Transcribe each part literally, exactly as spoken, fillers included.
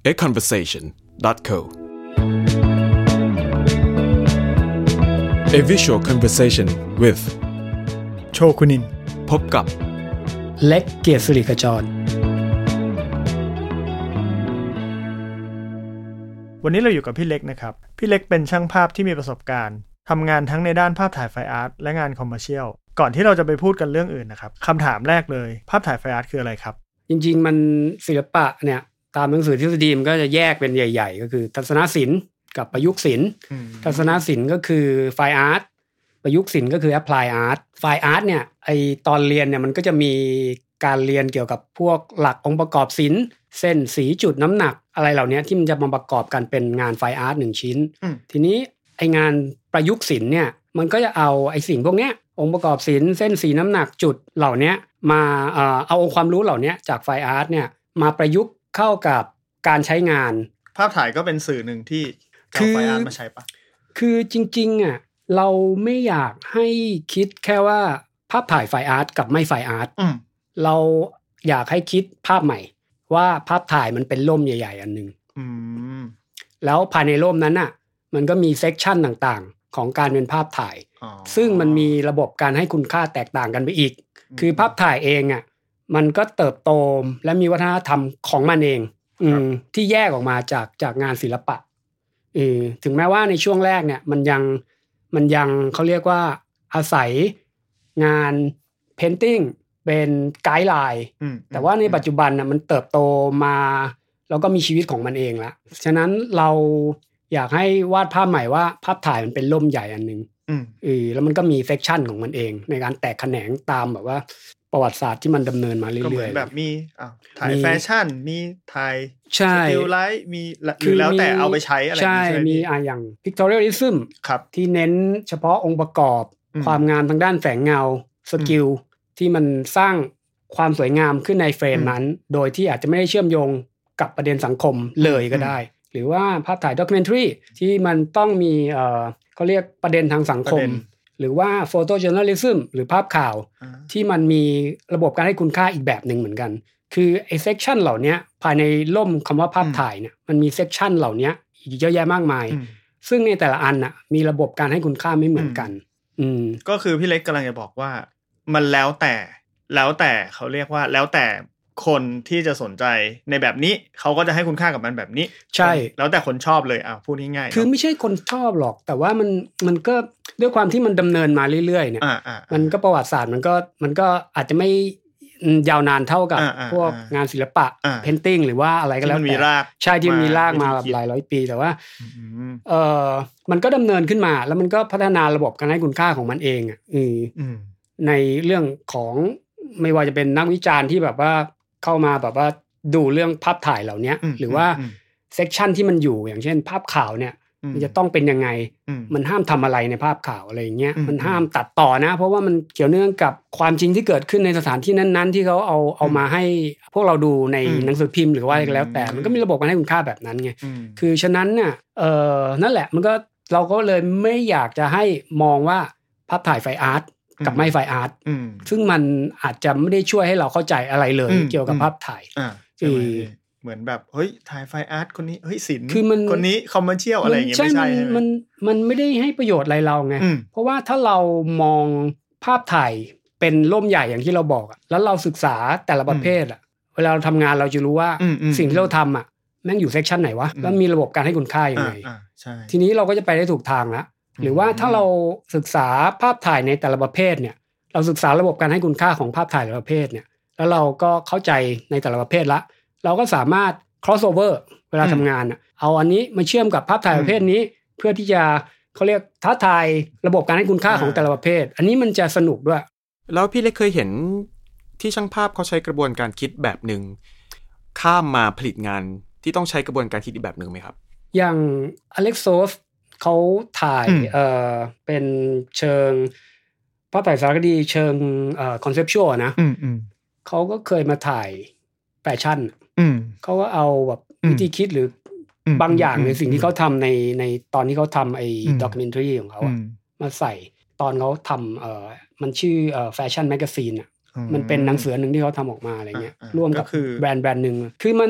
a conversation dot co A visual conversation with โชคุนินพบกับเล็กเกียรติสิริขจรวันนี้เราอยู่กับพี่เล็กนะครับพี่เล็กเป็นช่างภาพที่มีประสบการณ์ทำงานทั้งในด้านภาพถ่ายไฟอาร์ตและงานคอมเมอร์เชียลก่อนที่เราจะไปพูดกันเรื่องอื่นนะครับคำถามแรกเลยภาพถ่ายไฟอาร์ตคืออะไรครับจริงๆมันศิลปะเนี่ยตามหนังสือทฤษฎีมันก็จะแยกเป็นใหญ่ๆก็คือทัศนศิลป์กับประยุกต์ศิลป์ทัศนศิลป์ก็คือไฟอาร์ตประยุกต์ศิลป์ก็คือแอพพลายอาร์ตไฟอาร์ตเนี่ยไอตอนเรียนเนี่ยมันก็จะมีการเรียนเกี่ยวกับพวกหลักองค์ประกอบศิลป์เส้นสีจุดน้ำหนักอะไรเหล่านี้ที่มันจะมาประกอบกันเป็นงานไฟอาร์ตหนึ่งชิ้นทีนี้ไองานประยุกต์ศิลป์เนี่ยมันก็จะเอาไอสิ่งพวกเนี้ยองค์ประกอบศิลป์เส้นสีน้ำหนักจุดเหล่านี้มาเอ่อเอาองค์ความรู้เหล่านี้จากไฟอาร์ตเนี่ยมาประยุกต์เข้ากับการใช้งานภาพถ่ายก็เป็นสื่อหนึ่งที่เอาไฟอาร์ตมาใช้ปะคือจริงๆอ่ะเราไม่อยากให้คิดแค่ว่าภาพถ่ายไฟอาร์ตกับไม่ไฟอาร์ตเราอยากให้คิดภาพใหม่ว่าภาพถ่ายมันเป็นร่มใหญ่ๆอันนึงแล้วภายในร่มนั้นน่ะมันก็มีเซกชันต่างๆของการเป็นภาพถ่ายซึ่งมันมีระบบการให้คุณค่าแตกต่างกันไปอีกคือภาพถ่ายเองอ่ะมันก็เติบโตและมีวัฒนธรรมของมันเองอืมที่แยกออกมาจากจากงานศิลปะเออถึงแม้ว่าในช่วงแรกเนี่ยมันยังมันยังเขาเรียกว่าอาศัยงานเพนติ้งเป็นไกด์ไลน์แต่ว่าในปัจจุบันน่ะมันเติบโตมาแล้วก็มีชีวิตของมันเองละฉะนั้นเราอยากให้วาดภาพใหม่ว่าภาพถ่ายมันเป็นร่มใหญ่อันนึงเออแล้วมันก็มีเซกชันของมันเองในการแตกแขนงตามแบบว่าประวัติศาสตร์ที่มันดำเนินมาเรื่อยๆก็เหมือนแบบมีอ่ะถ่ายแฟชั่นมีถ่ายสติลไลฟ์มีหรือแล้วแต่เอาไปใช้อะไรอย่างเงี้ยใช่มีอ่ะอย่าง pictorialism ที่เน้นเฉพาะองค์ประกอบความงามทางด้านแสงเงาสกิลที่มันสร้างความสวยงามขึ้นในเฟรมนั้นโดยที่อาจจะไม่ได้เชื่อมโยงกับประเด็นสังคมเลยก็ได้หรือว่าภาพถ่ายด็อกิเมนทรีที่มันต้องมีเอ่อเขาเรียกประเด็นทางสังคมหรือว่าโฟโตจูเนอลิซึมหรือภาพข่าวที่มันมีระบบการให้คุณค่าอีกแบบหนึ่งเหมือนกันคือไอ้เซกชันเหล่านี้ภายในร่มคำว่าภาพถ่ายเนี่ยมันมีเซกชันเหล่านี้อีกเยอะแยะมากมายซึ่งในแต่ละอันน่ะมีระบบการให้คุณค่าไม่เหมือนกันอืมก็คือพี่เล็กกำลังจะบอกว่ามันแล้วแต่แล้วแต่เขาเรียกว่าแล้วแต่คนที่จะสนใจในแบบนี้เขาก็จะให้คุณค่ากับมันแบบนี้ใช่แล้วแต่คนชอบเลยอ่ะพูดง่ายๆคือไม่ใช่คนชอบหรอกแต่ว่ามันมันก็ด้วยความที่มันดำเนินมาเรื่อยๆเนี่ยมันก็ประวัติศาสตร์มันก็มันก็อาจจะไม่ยาวนานเท่ากับพวกงานศิลปะเพนติ้งหรือว่าอะไรก็แล้วแต่ใช่ที่มันมีรากมาแบบหลายร้อยปีแต่ว่าเออมันก็ดำเนินขึ้นมาแล้วมันก็พัฒนาระบบการให้คุณค่าของมันเองอ่ะในเรื่องของไม่ว่าจะเป็นนักวิจารณ์ที่แบบว่าเข้ามาแบบว่าดูเรื่องภาพถ่ายเหล่านี้หรือว่าเซกชันที่มันอยู่อย่างเช่นภาพข่าวเนี่ยมันจะต้องเป็นยังไงมันห้ามทำอะไรในภาพข่าวอะไรอย่างเงี้ยมันห้ามตัดต่อนะเพราะว่ามันเกี่ยวเนื่องกับความจริงที่เกิดขึ้นในสถานที่นั้นๆที่เขาเอาเอามาให้พวกเราดูในหนังสือพิมพ์หรือว่าอะไรก็แล้วแต่มันก็มีระบบการให้คุณค่าแบบนั้นไงคือฉะนั้นเนี่ยเออนั่นแหละมันก็เราก็เลยไม่อยากจะให้มองว่าภาพถ่ายไฟอาร์ตกับไม่ไฟอาร์ตซึ่งมันอาจจะไม่ได้ช่วยให้เราเข้าใจอะไรเลยเกี่ยวกับภาพถ่ายเหมือนแบบเฮ้ยถ่ายไฟอาร์ตคนนี้เฮ้ยศิลป์คนนี้คอมเมอร์เชียลอะไรอย่างเงี้ยไม่ใช่มันมันไม่ได้ให้ประโยชน์อะไรเราไงเพราะว่าถ้าเรามองภาพถ่ายเป็นร่มใหญ่อย่างที่เราบอกอ่ะแล้วเราศึกษาแต่ละประเภทอ่ะเวลาเราทำงานเราจะรู้ว่าสิ่งที่เราทำอ่ะแม่งอยู่เซกชันไหนวะแล้วมีระบบการให้คุณค่ายังไงทีนี้เราก็จะไปได้ถูกทางแล้วหรือว่าถ้าเราศึกษาภาพถ่ายในแต่ละประเภทเนี่ยเราศึกษาระบบการให้คุณค่าของภาพถ่ายแต่ละประเภทเนี่ยแล้วเราก็เข้าใจในแต่ละประเภทละเราก็สามารถ cross over เวลาทำงานเอาอันนี้มาเชื่อมกับภาพถ่ายประเภทนี้เพื่อที่จะเขาเรียกท้าทายระบบการให้คุณค่าของแต่ละประเภทอันนี้มันจะสนุกด้วยแล้วพี่เล็กเคยเห็นที่ช่างภาพเขาใช้กระบวนการคิดแบบนึงข้ามมาผลิตงานที่ต้องใช้กระบวนการคิดอีกแบบนึงไหมครับอย่างอเล็กโซฟเขาถ่ายเอ่อเป็นเชิงภาพถ่ายสารคดีเชิงเอ่อคอนเซปชวลนะเขาก็เคยมาถ่ายแฟชั่นเขาก็เอาแบบวิธีคิดหรือบางอย่างในสิ่งที่เขาทำในในตอนที่เขาทำไอ้ด็อกิเมนทรีของเขาอะมาใส่ตอนเขาทำเอ่อมันชื่อเอ่อแฟชั่นแมกกาซีนอะมันเป็นหนังสือหนึ่งที่เขาทำออกมาอะไรเงี้ยร่วมกับแบรนด์แบรนด์หนึ่งคือมัน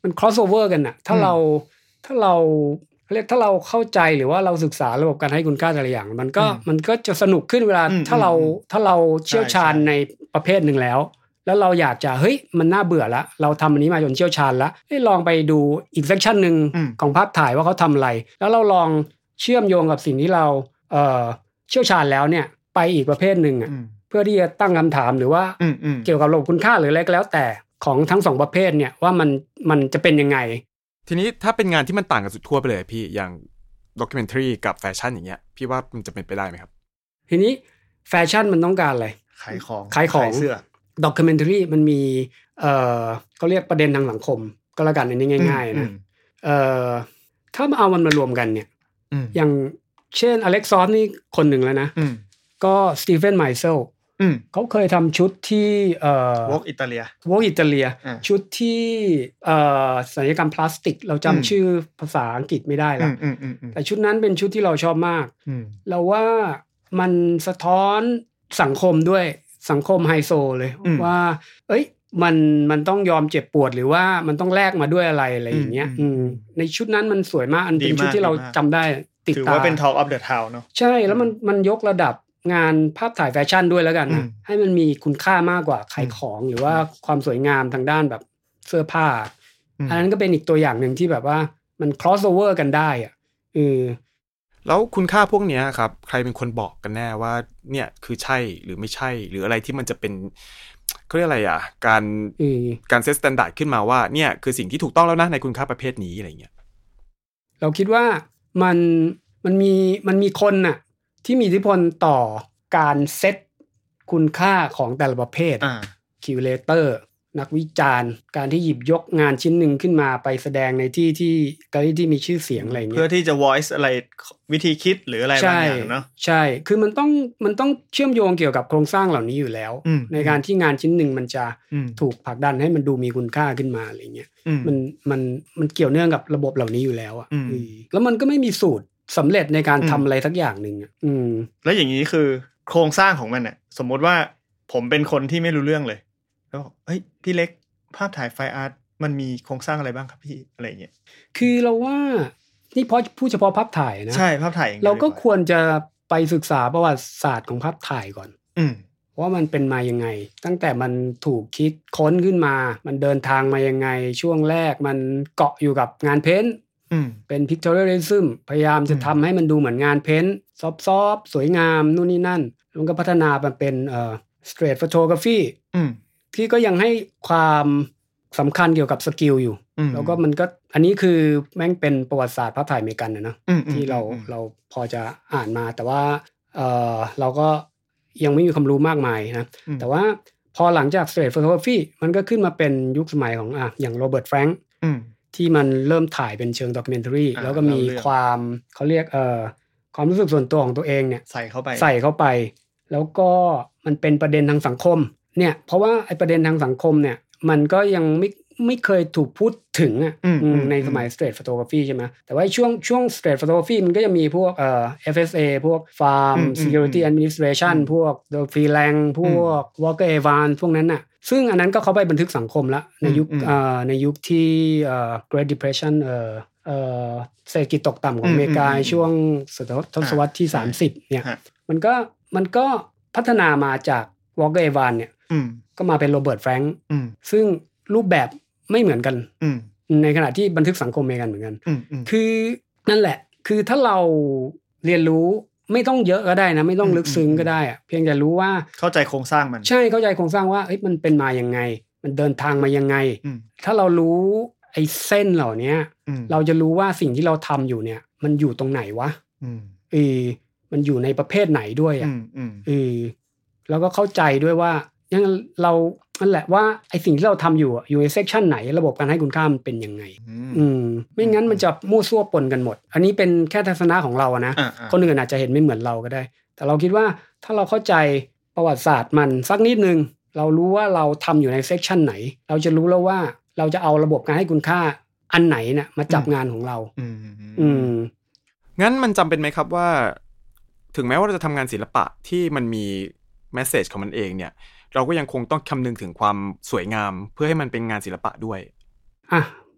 มัน crossover กันน่ะถ้าเราถ้าเราเรียกถ้าเราเข้าใจหรือว่าเราศึกษาระบบการให้คุณค่าแต่ละอย่างมันก็มันก็จะสนุกขึ้นเวลาถ้าเราถ้าเราเชี่ยวชาญในประเภทหนึ่งแล้วแล้วเราอยากจะเฮ้ยมันน่าเบื่อละเราทำอันนี้มาจนเชี่ยวชาญละเฮ้ยลองไปดูอีกเซกชันนึงของภาพถ่ายว่าเขาทำอะไรแล้วเราลองเชื่อมโยงกับสิ่งที่เราเอ่อเชี่ยวชาญแล้วเนี่ยไปอีกประเภทนึงอ่ะเพื่อที่จะตั้งคำถามหรือว่าเกี่ยวกับระบบคุณค่าหรืออะไรก็แล้วแต่ของทั้งสองประเภทเนี่ยว่ามันมันจะเป็นยังไงทีนี้ถ้าเป็นงานที่มันต่างกันสุดทั่วไปเลยพี่อย่างด็อกิเมนทรีกับแฟชั่นอย่างเงี้ยพี่ว่ามันจะเป็นไปได้ไหมครับทีนี้แฟชั่นมันต้องการอะไรขายของขายของเสื้อด็อกิเมนทรีมันมีเอ่อเขาเรียกประเด็นทางสังคมก็แล้วกันอันนี้ง่ายๆนะเอ่อถ้ามาเอามันมารวมกันเนี่ยอย่างเช่นอเล็กซอสนี่คนหนึ่งแล้วนะก็สตีเฟนไมเซลเขาเคยทำชุดที่เอ่อ Vogue อิตาเลีย Vogue อิตาเลียชุดที่เอ่อศัลยกรรมพลาสติกเราจำชื่อภาษาอังกฤษไม่ได้แล้วแต่ชุดนั้นเป็นชุดที่เราชอบมากเราว่ามันสะท้อนสังคมด้วยสังคมไฮโซเลยว่าเอ้ยมันมันต้องยอมเจ็บปวดหรือว่ามันต้องแลกมาด้วยอะไรอะไรอย่างเงี้ยในชุดนั้นมันสวยมากอันเป็นชุดที่เราจำได้ติดตาถือว่าเป็น Talk of the Town เนาะใช่แล้วมันมันยกระดับงานภาพถ่ายแฟชั่นด้วยแล้วกันนะให้มันมีคุณค่ามากกว่าขายของหรือว่าความสวยงามทางด้านแบบเสื้อผ้าอันนั้นก็เป็นอีกตัวอย่างหนึ่งที่แบบว่ามัน crossover กันได้อ่ะเออแล้วคุณค่าพวกนี้ครับใครเป็นคนบอกกันแน่ว่าเนี่ยคือใช่หรือไม่ใช่หรืออะไรที่มันจะเป็นเขาเรียกอะไรอ่ะการการเซตสแตนดาร์ดขึ้นมาว่าเนี่ยคือสิ่งที่ถูกต้องแล้วนะในคุณค่าประเภทนี้อะไรเงี้ยเราคิดว่ามันมันมีมันมีคนน่ะที่มีอิทธิพลต่อการเซตคุณค่าของแต่ละประเภทคิวเรเตอร์นักวิจารณ์การที่หยิบยกงานชิ้นหนึ่งขึ้นมาไปแสดงในที่ที่กที่ที่มีชื่อเสียงอะไรเงี้ยเพื่อที่จะ voice อะไรวิธีคิดหรืออะไรบางอย่างเนาะใช่คือมันต้องมันต้องเชื่อมโยงเกี่ยวกับโครงสร้างเหล่านี้อยู่แล้วในการที่งานชิ้นหนึ่งมันจะถูกผลักดันให้มันดูมีคุณค่าขึ้นมาอะไรเงี้ยมันมันมันเกี่ยวเนื่องกับระบบเหล่านี้อยู่แล้วอ่ะแล้วมันก็ไม่มีสูตรสำเร็จในการทำอะไรสักอย่างหนึ่งอ่ะแล้วอย่างนี้คือโครงสร้างของมันอ่ะสมมติว่าผมเป็นคนที่ไม่รู้เรื่องเลยแล้วเฮ้ยพี่เล็กภาพถ่ายไฟอาร์ตมันมีโครงสร้างอะไรบ้างครับพี่อะไรเงี้ยคือเราว่านี่เพราะพูดเฉพาะภาพถ่ายนะใช่ภาพถ่ายเราก็ควรจะไปศึกษาประวัติศาสตร์ของภาพถ่ายก่อนอืมว่ามันเป็นมายังไงตั้งแต่มันถูกคิดค้นขึ้นมามันเดินทางมายังไงช่วงแรกมันเกาะอยู่กับงานเพ้นท์เป็น pictorialism พยายามจะทำให้มันดูเหมือนงานเพ้นท์ซอฟๆสวยงามนู่นนี่นั่นมันก็พัฒนามาเป็นเอ่อ straight photography ที่ก็ยังให้ความสำคัญเกี่ยวกับสกิลอยู่แล้วก็มันก็อันนี้คือแม่งเป็นประวัติศาสตร์ภาพถ่ายอเมริกันนะเนาะที่เราเราพอจะอ่านมาแต่ว่าเออเราก็ยังไม่มีความรู้มากมายนะแต่ว่าพอหลังจาก straight photography มันก็ขึ้นมาเป็นยุคสมัยของอ่ะอย่างโรเบิร์ตแฟรงค์ที่มันเริ่มถ่ายเป็นเชิงด็อกิเมนทารีแล้วก็มีความเขาเรียกเอ่อความรู้สึกส่วนตัวของตัวเองเนี่ยใส่เข้าไปใส่เข้าไปแล้วก็มันเป็นประเด็นทางสังคมเนี่ยเพราะว่าไอ้ประเด็นทางสังคมเนี่ยมันก็ยังไม่ไม่เคยถูกพูดถึงอ่ะในสมัย straight photography ใช่ไหมแต่ว่าช่วงช่วง straight photography มันก็จะมีพวกเอ่อ เอฟ เอส เอ พวก Farm Security Administration พวก The Freelance พวก Walker Evans พวกนั้นน่ะซึ่งอันนั้นก็เข้าไปบันทึกสังคมละในยุคเอ่อในยุคที่เอ่อ Great Depression เอ่อเอ่อเศรษฐกิจตกต่ำของอเมริกาช่วงทศวรรษที่สามสิบเนี่ยมันก็มันก็พัฒนามาจาก Walker Evans เนี่ยก็มาเป็นโรเบิร์ตแฟรงค์ซึ่งรูปแบบไม่เหมือนกันในขณะที่บันทึกสังคมอเมริกันเหมือนกันคือนั่นแหละคือถ้าเราเรียนรู้ไม่ต้องเยอะก็ได้นะไม่ต้องลึกซึ้งก็ได้อะเพียงแต่รู้ว่าเข้าใจโครงสร้างมันใช่เข้าใจโครงสร้างว่าเอ้ยมันเป็นมายังไงมันเดินทางมายังไงถ้าเรารู้ไอ้เส้นเหล่านี้เราจะรู้ว่าสิ่งที่เราทำอยู่เนี่ยมันอยู่ตรงไหนวะเออมันอยู่ในประเภทไหนด้วยอ่ะเออแล้วก็เข้าใจด้วยว่ายังเรานั่นแหละว่าไอสิ่งที่เราทำอยู่อยู่ในเซกชันไหนระบบการให้คุณค่ามันเป็นยังไงอืมไม่งั้นมันจะมั่วซั่วปนกันหมดอันนี้เป็นแค่ทัศนะของเราอะนะคนอื่นอาจจะเห็นไม่เหมือนเราก็ได้แต่เราคิดว่าถ้าเราเข้าใจประวัติศาสตร์มันสักนิดนึงเรารู้ว่าเราทำอยู่ในเซกชันไหนเราจะรู้แล้วว่าเราจะเอาระบบการให้คุณค่าอันไหนเนี่ยมาจับงานของเราอืมงั้นมันจำเป็นไหมครับว่าถึงแม้ว่าเราจะทำงานศิลปะที่มันมีแมสเสจของมันเองเนี่ยเราก็ยังคงต้องคำนึงถึงความสวยงามเพื่อให้มันเป็นงานศิลปะด้วยอ่ะ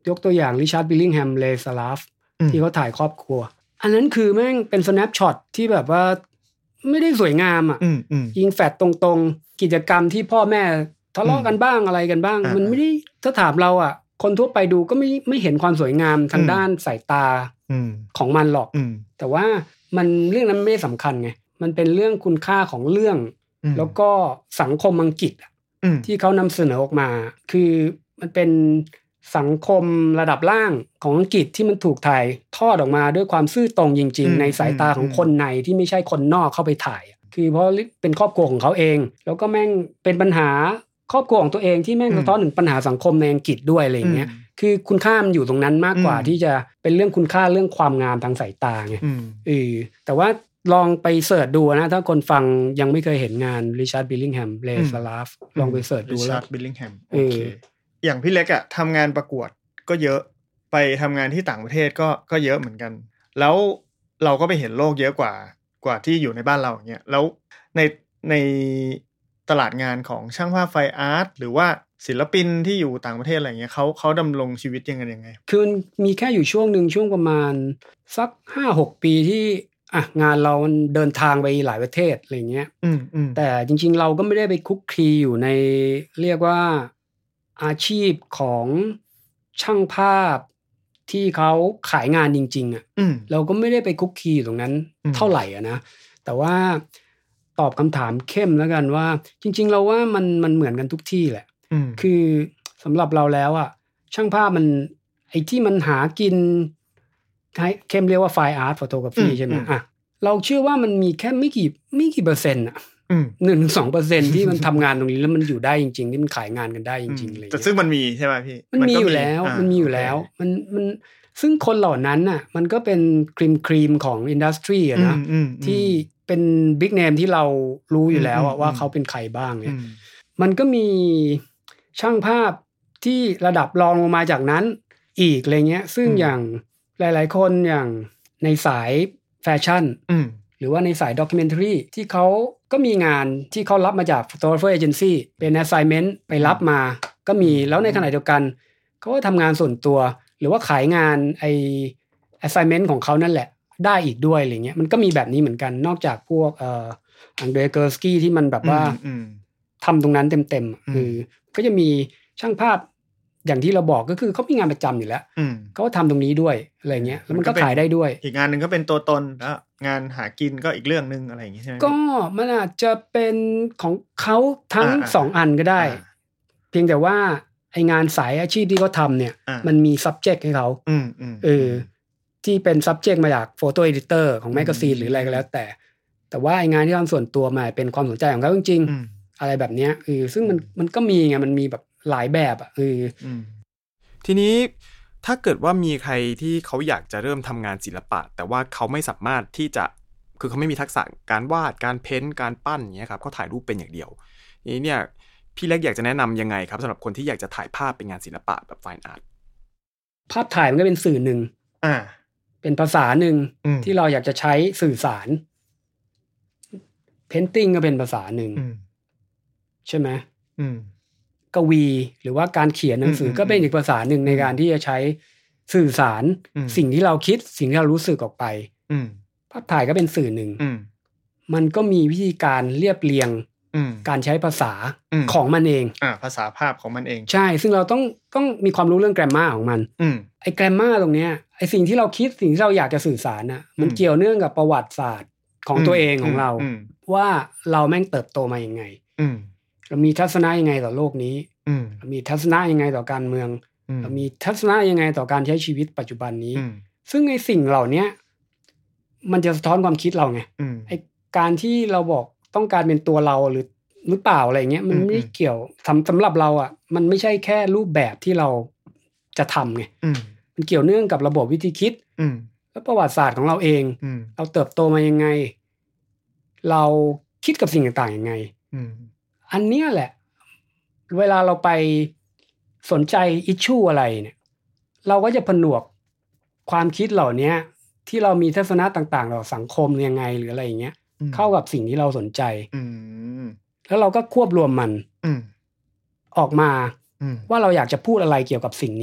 ยกตัวอย่างริชาร์ดบิลลิงแฮมเลซาลาฟที่เขาถ่ายครอบครัวอันนั้นคือแม่งเป็น snapshot ที่แบบว่าไม่ได้สวยงามอ่ะยิงแฟลชตรงๆกิจกรรมที่พ่อแม่ทะเลาะกันบ้างอะไรกันบ้างมันไม่ได้ถ้าถามเราอ่ะคนทั่วไปดูก็ไม่ไม่เห็นความสวยงามทางด้านสายตาของมันหรอกแต่ว่ามันเรื่องนั้นไม่ได้สำคัญไงมันเป็นเรื่องคุณค่าของเรื่องแล้วก็สังคมอังกฤษที่เขานำเสนอออกมาคือมันเป็นสังคมระดับล่างของอังกฤษที่มันถูกถ่ายทอดออกมาด้วยความซื่อตรงจริงๆในสายตาของคนในที่ไม่ใช่คนนอกเข้าไปถ่ายคือเพราะเป็นครอบครัวของเขาเองแล้วก็แม่งเป็นปัญหาครอบครัวของตัวเองที่แม่งสะท้อนถึงปัญหาสังคมในอังกฤษด้วยอะไรอย่างเงี้ยคือคุณค่ามันอยู่ตรงนั้นมากกว่าที่จะเป็นเรื่องคุณค่าเรื่องความงามทางสายตาไงเออแต่ว่าลองไปเสิร์ชดูนะถ้าคนฟังยังไม่เคยเห็นงานริชาร์ดบิลลิงแฮมเลซาลาฟลองไปเสิร์ชดูแล้วริชาร์ดบิลลิงแฮมโอเคอย่างพี่เล็กอะทำงานประกวดก็เยอะไปทำงานที่ต่างประเทศก็ก็เยอะเหมือนกันแล้วเราก็ไปเห็นโลกเยอะกว่ากว่าที่อยู่ในบ้านเราอย่างเงี้ยแล้วในในตลาดงานของช่างภาพไฟอาร์ตหรือว่าศิลปินที่อยู่ต่างประเทศอะไรเงี้ยเขาเขาดำรงชีวิตยังไงยังไงคือมีแค่อยู่ช่วงหนึ่งช่วงประมาณสัก ห้าหก ปีที่อ่ะงานเรามันเดินทางไปหลายประเทศอะไรเงี้ยแต่จริงๆเราก็ไม่ได้ไปคุกคีอยู่ในเรียกว่าอาชีพของช่างภาพที่เขาขายงานจริงๆอ่ะเราก็ไม่ได้ไปคุกคีอยู่ตรงนั้นเท่าไหร่อ่ะนะแต่ว่าตอบคำถามเข้มแล้วกันว่าจริงๆเราว่ามันมันเหมือนกันทุกที่แหละคือสำหรับเราแล้วอ่ะช่างภาพมันไอ้ที่มันหากินเข้มเรียกว่าไฟน์อาร์ตโฟโตกราฟีใช่ไหมอ่ะเราเชื่อว่ามันมีแค่ไม่กี่ไม่กี่เปอร์เซ็นต์อ่ะหนึ่งสองเปอร์เซ็นต์ที่มันทำงานตรงนี้แล้วมันอยู่ได้จริงๆที่มันขายงานกันได้จริงๆเลยแต่ซึ่งมันมีใช่ไหมพี่มันมีอยู่แล้วมันมีอยู่แล้วมันมันซึ่งคนเหล่านั้นน่ะมันก็เป็นครีมครีมของอินดัสทรีอะนะที่เป็นบิ๊กเนมที่เรารู้อยู่แล้วว่าเขาเป็นใครบ้างเนี่ยมันก็มีช่างภาพที่ระดับรองลงมาจากนั้นอีกอะไรเงี้ยซึ่งอย่างหลายๆคนอย่างในสายแฟชั่นหรือว่าในสายด็อกิเมนทารีที่เขาก็มีงานที่เขารับมาจาก photographer agency เป็น assignment ไปรับมาก็มีแล้วในขณะเดียวกันเขาก็ทำงานส่วนตัวหรือว่าขายงานไอ assignment ของเขานั่นแหละได้อีกด้วยอะไรเงี้ยมันก็มีแบบนี้เหมือนกันนอกจากพวกเอ่ออังเดรเกอร์สกี้ที่มันแบบว่าทำตรงนั้นเต็มๆคือก็จะมีช่างภาพอย่างที่เราบอกก็คือเขามีงานประจำอยู่แล้วเขาทำตรงนี้ด้วยอะไรเงี้ยแล้วมันก็ขายได้ด้วยอีกงานหนึ่งก็เป็นตัวตนแล้วงานหากินก็อีกเรื่องนึงอะไรอย่างงี้ใช่ไหมก็มันอาจจะเป็นของเขาทั้งสองอันก็ได้เพียงแต่ว่าไองานสายอาชีพที่เขาทำเนี่ยมันมี subject ให้เขาเออที่เป็น subject มาจาก photo editor ของแมกกาซีนหรืออะไรก็แล้วแต่แต่ว่าไองานที่ทำส่วนตัวมาเป็นความสนใจของเขาจริงๆอะไรแบบเนี้ยเออซึ่งมันมันก็มีไงมันมีแบบหลายแบบอ่ะเออทีนี้ถ้าเกิดว่ามีใครที่เขาอยากจะเริ่มทำงานศิลปะแต่ว่าเขาไม่สามารถที่จะคือเขาไม่มีทักษะการวาดการเพ้นท์การปั้นอย่างเงี้ยครับเขาถ่ายรูปเป็นอย่างเดียวนี้เนี่ยพี่เล็กอยากจะแนะนำยังไงครับสำหรับคนที่อยากจะถ่ายภาพเป็นงานศิลปะแบบไฟน์อาร์ตภาพถ่ายมันก็เป็นสื่อหนึ่งอ่าเป็นภาษาหนึ่งที่เราอยากจะใช้สื่อสารเพนติ้งก็เป็นภาษาหนึ่งใช่ไหมกวีหรือว่าการเขียนหนังสือก็เป็นอีกภาษาหนึ่งในการที่จะใช้สื่อสารสิ่งที่เราคิดสิ่งที่เรารู้สึกออกไปภาพถ่ายก็เป็นสื่อหนึ่งมันก็มีวิธีการเรียบเรียงการใช้ภาษาของมันเองอ่าภาษาภาพของมันเองใช่ซึ่งเราต้องต้องมีความรู้เรื่องแกรมมาของมันไอ้แกรมมาตรงเนี้ยไอ้สิ่งที่เราคิดสิ่งที่เราอยากจะสื่อสารน่ะมันเกี่ยวเนื่องกับประวัติศาสตร์ของตัวเองของเราว่าเราแม่งเติบโตมายังไงเรามีทัศนะยังไงต่อโลกนี้เรามีทัศนะยังไงต่อการเมืองเรามีทัศนะยังไงต่อการใช้ชีวิตปัจจุบันนี้ซึ่งไอ้สิ่งเหล่านี้มันจะสะท้อนความคิดเราไงไอ้การที่เราบอกต้องการเป็นตัวเราหรือหรือเปล่าอะไรเงี้ยมันไม่เกี่ยวสำสำหรับเราอ่ะมันไม่ใช่แค่รูปแบบที่เราจะทำไงมันเกี่ยวเนื่องกับระบบวิธีคิดและประวัติศาสตร์ของเราเองเราเติบโตมายังไงเราคิดกับสิ่งต่างๆยังไงอันเนี้ยแหละเวลาเราไปสนใจอิชชูอะไรเนี่ยเราก็จะผนวกความคิดเหล่านี้ที่เรามีทัศนะต่างๆต่อสังคมยังไงหรืออะไรอย่างเงี้ยเข้ากับสิ่งที่เราสนใจแล้วเราก็ควบรวมมันออกมาว่าเราอยากจะพูดอะไรเกี่ยวกับสิ่งนี้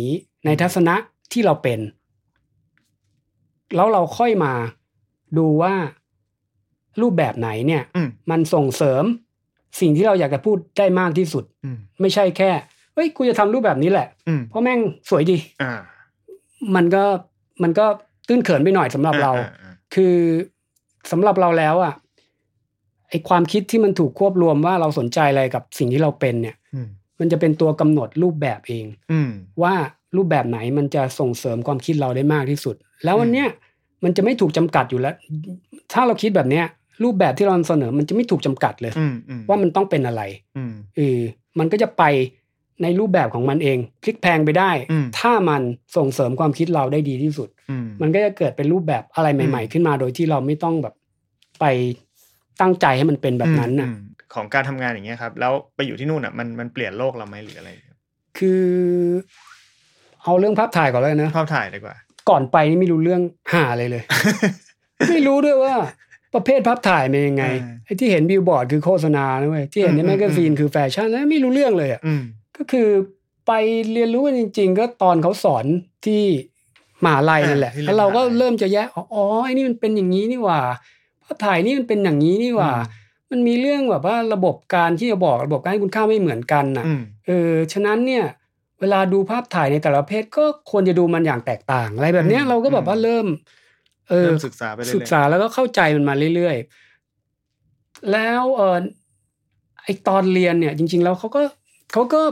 ในทัศนะที่เราเป็นแล้วเราค่อยมาดูว่ารูปแบบไหนเนี่ยมันส่งเสริมสิ่งที่เราอยากจะพูดได้มากที่สุดไม่ใช่แค่เฮ้ยกูจะทำรูปแบบนี้แหละเพราะแม่งสวยดีมันก็มันก็ตื้นเขินไปหน่อยสำหรับเราคือสำหรับเราแล้วอ่ะไอความคิดที่มันถูกควบรวมว่าเราสนใจอะไรกับสิ่งที่เราเป็นเนี่ยมันจะเป็นตัวกำหนดรูปแบบเองว่ารูปแบบไหนมันจะส่งเสริมความคิดเราได้มากที่สุดแล้ววันเนี้ยมันจะไม่ถูกจำกัดอยู่แล้วถ้าเราคิดแบบเนี้ยรูปแบบที่เราเสนอมันจะไม่ถูกจำกัดเลยว่ามันต้องเป็นอะไรเออมันก็จะไปในรูปแบบของมันเองพลิกแพลงไปได้ถ้ามันส่งเสริมความคิดเราได้ดีที่สุดมันก็จะเกิดเป็นรูปแบบอะไรใหม่ๆขึ้นมาโดยที่เราไม่ต้องแบบไปตั้งใจให้มันเป็นแบบนั้นน่ะของการทำงานอย่างเงี้ยครับแล้วไปอยู่ที่นู่นอ่ะมันมันเปลี่ยนโลกเราไหมหรืออะไรคือเอาเรื่องภาพถ่ายก่อนเลยนะภาพถ่ายดีกว่าก่อนไปนี่ไม่รู้เรื่องหาอะไรเลย ไม่รู้ด้วยว่าประเภทภาพถ่ายเป็นยังไงไอ้ที่เห็นบิลบอร์ดคือโฆษณานะเว้ยที่เห็นในแมกกาซีนคือแฟชั่นแล้วไม่รู้เรื่องเลยอ่ะก็คือไปเรียนรู้จริงๆก็ตอนเขาสอนที่มหาลัยนั่นแหละแล้วเราก็เริ่มจะแยกอ๋อไอ้นี่มันเป็นอย่างนี้นี่หว่าภาพถ่ายนี่มันเป็นอย่างนี้นี่หว่ามันมีเรื่องแบบว่าระบบการที่จะบอกระบบการให้คุณค่าไม่เหมือนกันน่ะเออฉะนั้นเนี่ยเวลาดูภาพถ่ายในแต่ละประเภทก็ควรจะดูมันอย่างแตกต่างอะไรแบบนี้เราก็แบบว่าเริ่มเออศึกษาไปเรื่อยๆศึกษาแล้วก็เข้าใจมันมาเรื่อยๆแล้วเออไอตอนเรียนเนี่ยจริงๆแล้วเขาก็เขาก็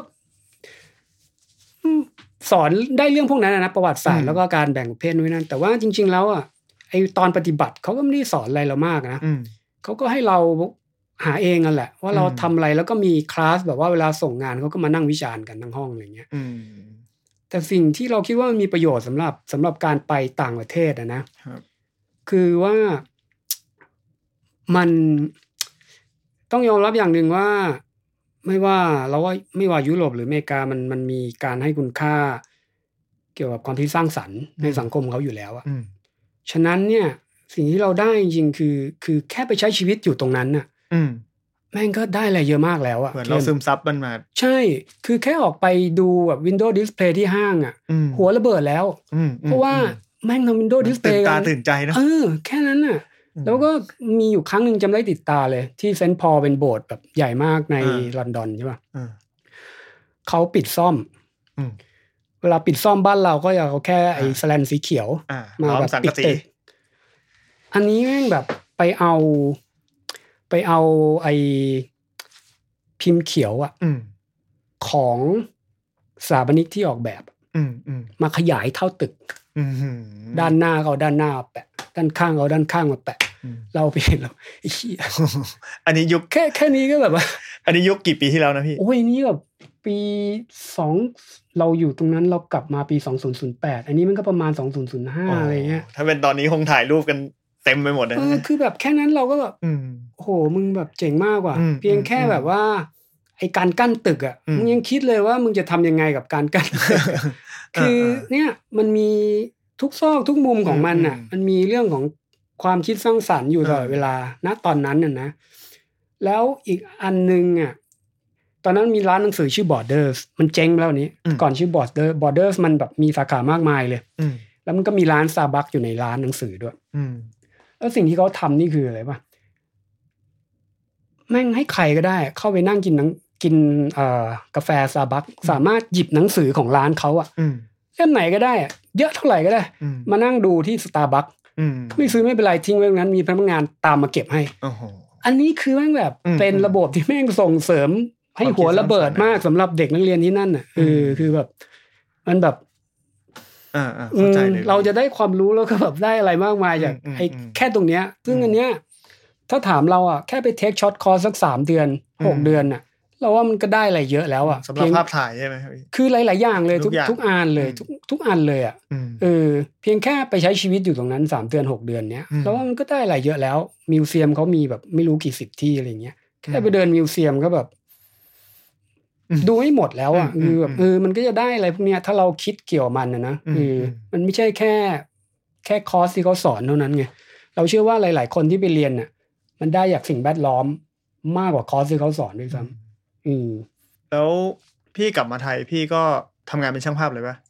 สอนได้เรื่องพวกนั้นนะประวัติศาสตร์แล้วก็การแบ่งประเภทนู้นนั่นแต่ว่าจริงๆแล้วอ่ะไอตอนปฏิบัติเขาก็ไม่ได้สอนอะไรเรามากนะเขาก็ให้เราหาเองนั่นแหละว่าเราทำอะไรแล้วก็มีคลาสแบบว่าเวลาส่งงานเขาก็มานั่งวิจารณ์กันทั้งห้องอะไรเงี้ยแต่สิ่งที่เราคิดว่ามันมีประโยชน์สำหรับสำหรับการไปต่างประเทศนะคือว่ามันต้องยอมรับอย่างหนึ่งว่าไม่ว่าเราว่าไม่ว่ายุโรปหรืออเมริกามันมันมีการให้คุณค่าเกี่ยวกับความคิดสร้างสรรค์ในสังคมเขาอยู่แล้วอะฉะนั้นเนี่ยสิ่งที่เราได้จริงๆคือคือแค่ไปใช้ชีวิตอยู่ตรงนั้นน่ะแม่งก็ได้อะไรเยอะมากแล้วอะเหมือนเราซึมซับมันมาใช่คือแค่ออกไปดูแบบ Windows Display ที่ห้างอะหัวระเบิดแล้วเพราะว่าแม่งทำ Windows Display ตื่นตาตื่นใจนะเออแค่นั้นน่ะแล้วก็มีอยู่ครั้งนึงจำได้ติดตาเลยที่เซนต์พอลเป็นโบสถ์แบบใหญ่มากในลอนดอนใช่ป่ะเขาปิดซ่อมเวลาปิดซ่อมบ้านเราก็จะเอาแค่ไอ้แสแลนสีเขียวมาแบบปิดตึกอันนี้แม่งแบบไปเอาไปเอาไอ้พิมพ์เขียวอ่ะของสถาปนิกที่ออกแบบมาขยายเท่าตึกด้านหน้าเอาด้านหน้าแปะด้านข้างเอาด้านข้างมาแปะเราไปเห็นเราไอ้เหี้ยอันนี้ยุคแค่แค่นี้ก็แบบว่าอันนี้ยุคกี่ปีที่แล้วนะพี่โอ้ยนี่แบบปีสองเราอยู่ตรงนั้นเรากลับมาปีสองพันแปดอันนี้มันก็ประมาณสองพันห้าอะไรเงี้ยถ้าเป็นตอนนี้คงถ่ายรูปกันเต็มไปหมดเลยเออคือแบบแค่นั้นเราก็แบบโอ้โหมึงแบบเจ๋งมากกว่าเพียงแค่แบบว่าไอ้การกั้นตึกอ่ะมึงยังคิดเลยว่ามึงจะทำยังไงกับการกั้นคือเนี่ยมันมีทุกซอกทุกมุมของมันอ่ะมันมีเรื่องของความคิดสร้างสรรค์อยู่ตลอดเวลาณตอนนั้นน่ะนะแล้วอีกอันนึงอ่ะตอนนั้นมีร้านหนังสือชื่อ Borders มันเจ๊งแล้วนี้ก่อนชื่อ Borders Borders มันแบบมีสาขามากมายเลยแล้วมันก็มีร้าน Starbucks อยู่ในร้านหนังสือด้วยแล้วสิ่งที่เขาทำนี่คืออะไรป่ะแม่งให้ใครก็ได้เข้าไปนั่งกินนังกินเอ่อกาแฟ Starbucks สามารถหยิบหนังสือของร้านเขาอ่ะเล่มไหนก็ได้อ่ะเยอะเท่าไหร่ก็ได้มานั่งดูที่ Starbucks ไม่ซื้อไม่เป็นไรทิ้งไว้ตรงนั้นมีพนักงานตามมาเก็บให้อันนี้คือแม่งแบบเป็นระบบที่แม่งส่งเสริมให้หัวระเบิดมากสำหรับเด็กนักเรียนที่นั่นอ่ะเออคือแบบมันแบบอ่าๆเข้าใจเลยเราจะได้ความรู้แล้วก็แบบได้อะไรมากมายจากไอ้แค่ตรงเนี้ยซึ่งอันเนี้ยถ้าถามเราอ่ะแค่ไปเทคช็อตคอร์สสักสามเดือนหกเดือนน่ะเราว่ามันก็ได้อะไรเยอะแล้วอ่ะสำหรับภาพถ่ายใช่ไหมครับคือหลายๆอย่างเลยทุกทุกอันเลยทุกทุกอันเลยอ่ะเออเพียงแค่ไปใช้ชีวิตอยู่ตรงนั้นสามเดือนหกเดือนเนี้ยเราว่ามันก็ได้อะไรเยอะแล้วมิวเซียมเขามีแบบไม่รู้กี่สิบที่อะไรเงี้ยแค่ไปเดินมิวเซียมก็แบบดูไม่หมดแล้วอ่ะคือแบบเออมันก็จะได้อะไรพวกเนี้ยถ้าเราคิดเกี่ยวมันนะนะคือมันไม่ใช่แค่แค่คอร์สที่เขาสอนเท่านั้นไงเราเชื่อว่าหลายๆคนที่ไปเรียนน่ะมันได้จากสิ่งแวดล้อมมากกว่าคอร์สที่เขาสอนด้วยซ้ำอืมแล้วพี่กลับมาไทยพี่ก็ทำงานเป็นช่างภาพเลยป่ะ